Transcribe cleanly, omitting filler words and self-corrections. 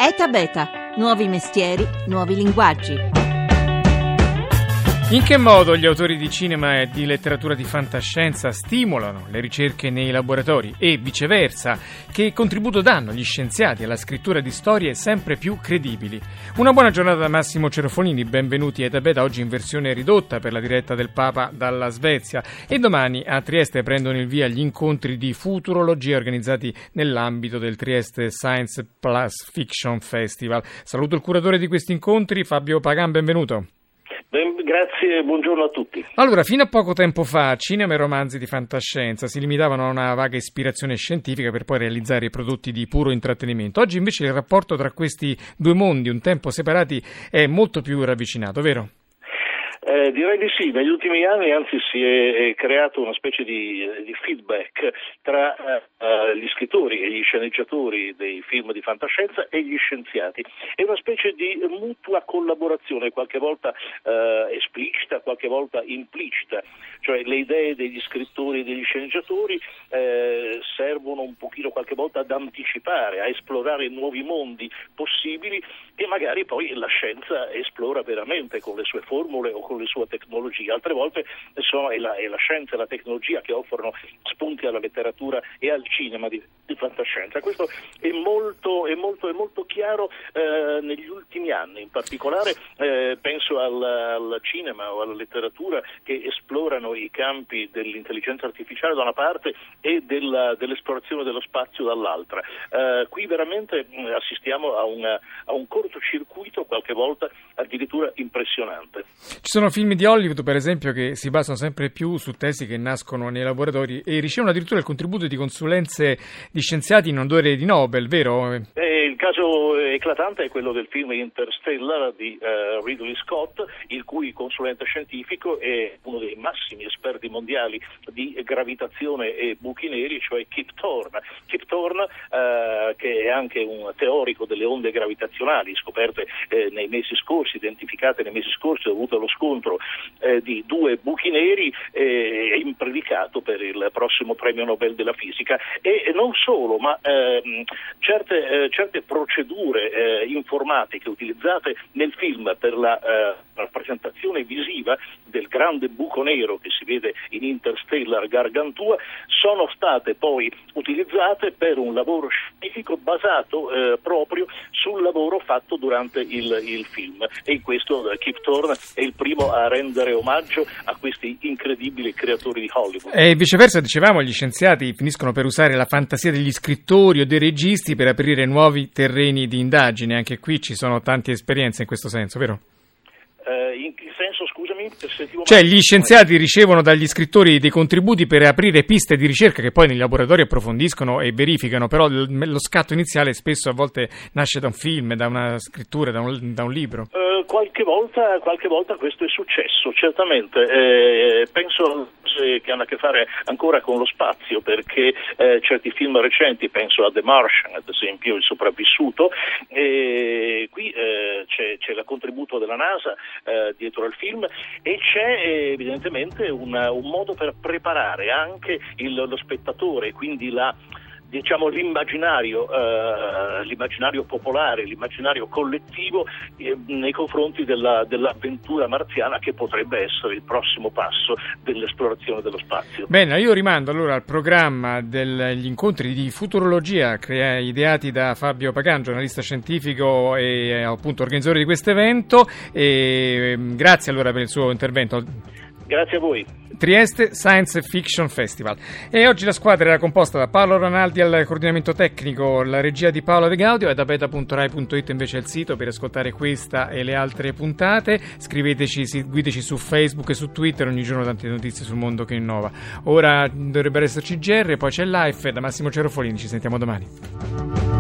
ETA Beta, nuovi mestieri, nuovi linguaggi. In che modo gli autori di cinema e di letteratura di fantascienza stimolano le ricerche nei laboratori e viceversa? Che contributo danno gli scienziati alla scrittura di storie sempre più credibili? Una buona giornata da Massimo Cerofolini, benvenuti a ETA Beta, oggi in versione ridotta per la diretta del Papa dalla Svezia, e domani a Trieste prendono il via gli incontri di futurologia organizzati nell'ambito del Trieste Science Plus Fiction Festival. Saluto il curatore di questi incontri, Fabio Pagan, benvenuto. Grazie e buongiorno a tutti. Allora, fino a poco tempo fa cinema e romanzi di fantascienza si limitavano a una vaga ispirazione scientifica per poi realizzare prodotti di puro intrattenimento. Oggi invece il rapporto tra questi due mondi, un tempo separati, è molto più ravvicinato, vero? Direi di sì, negli ultimi anni anzi si è creato una specie di feedback tra gli scrittori e gli sceneggiatori dei film di fantascienza e gli scienziati. È una specie di mutua collaborazione, qualche volta esplicita, qualche volta implicita, cioè le idee degli scrittori e degli sceneggiatori servono un pochino qualche volta ad anticipare, a esplorare nuovi mondi possibili che magari poi la scienza esplora veramente con le sue formule o con le sue tecnologie. Altre volte è la scienza e la tecnologia che offrono spunti alla letteratura e al cinema di fantascienza. Questo è molto chiaro negli ultimi anni. In particolare penso al cinema o alla letteratura che esplorano i campi dell'intelligenza artificiale da una parte e dell'esplorazione dello spazio dall'altra. Qui veramente assistiamo a un cortocircuito, qualche volta addirittura impressionante. Ci sono film di Hollywood, per esempio, che si basano sempre più su tesi che nascono nei laboratori e ricevono addirittura il contributo di consulenze di scienziati in odore di Nobel, vero? Il caso eclatante è quello del film Interstellar di Ridley Scott, il cui consulente scientifico è uno dei massimi esperti mondiali di gravitazione e buchi neri, cioè Kip Thorne. Kip Thorne, che è anche un teorico delle onde gravitazionali, scoperte nei mesi scorsi, identificate nei mesi scorsi dovuto allo scontro di due buchi neri, è impredicato per il prossimo premio Nobel della fisica. E non solo, ma certe procedure informatiche utilizzate nel film per la rappresentazione visiva del grande buco nero che si vede in Interstellar Gargantua sono state poi utilizzate per un lavoro scientifico basato proprio sul lavoro fatto durante il film, e in questo Kip Thorne è il primo a rendere omaggio a questi incredibili creatori di Hollywood. E viceversa, dicevamo, gli scienziati finiscono per usare la fantasia degli scrittori o dei registi per aprire nuovi terreni di indagine. Anche qui ci sono tante esperienze in questo senso, vero? In che senso, scusami? Cioè, gli scienziati ricevono dagli scrittori dei contributi per aprire piste di ricerca che poi negli laboratori approfondiscono e verificano, però lo scatto iniziale spesso a volte nasce da un film, da una scrittura, da un libro. Qualche volta questo è successo, certamente. Penso che hanno a che fare ancora con lo spazio, perché certi film recenti, penso a The Martian ad esempio, Il sopravvissuto, qui c'è il contributo della NASA dietro al film, e c'è evidentemente un modo per preparare anche lo spettatore, quindi l'immaginario popolare, l'immaginario collettivo nei confronti dell'avventura marziana che potrebbe essere il prossimo passo dell'esplorazione dello spazio. Bene, io rimando allora al programma degli incontri di futurologia ideati da Fabio Pagan, giornalista scientifico e appunto organizzatore di questo evento, e grazie allora per il suo intervento. Grazie a voi. Trieste Science Fiction Festival. E oggi la squadra era composta da Paolo Ranaldi al coordinamento tecnico, la regia di Paolo De Gaudio, e da beta.rai.it invece è il sito per ascoltare questa e le altre puntate. Scriveteci, seguiteci su Facebook e su Twitter, ogni giorno tante notizie sul mondo che innova. Ora dovrebbero esserci GR, poi c'è Life. Da Massimo Cerofolini ci sentiamo domani.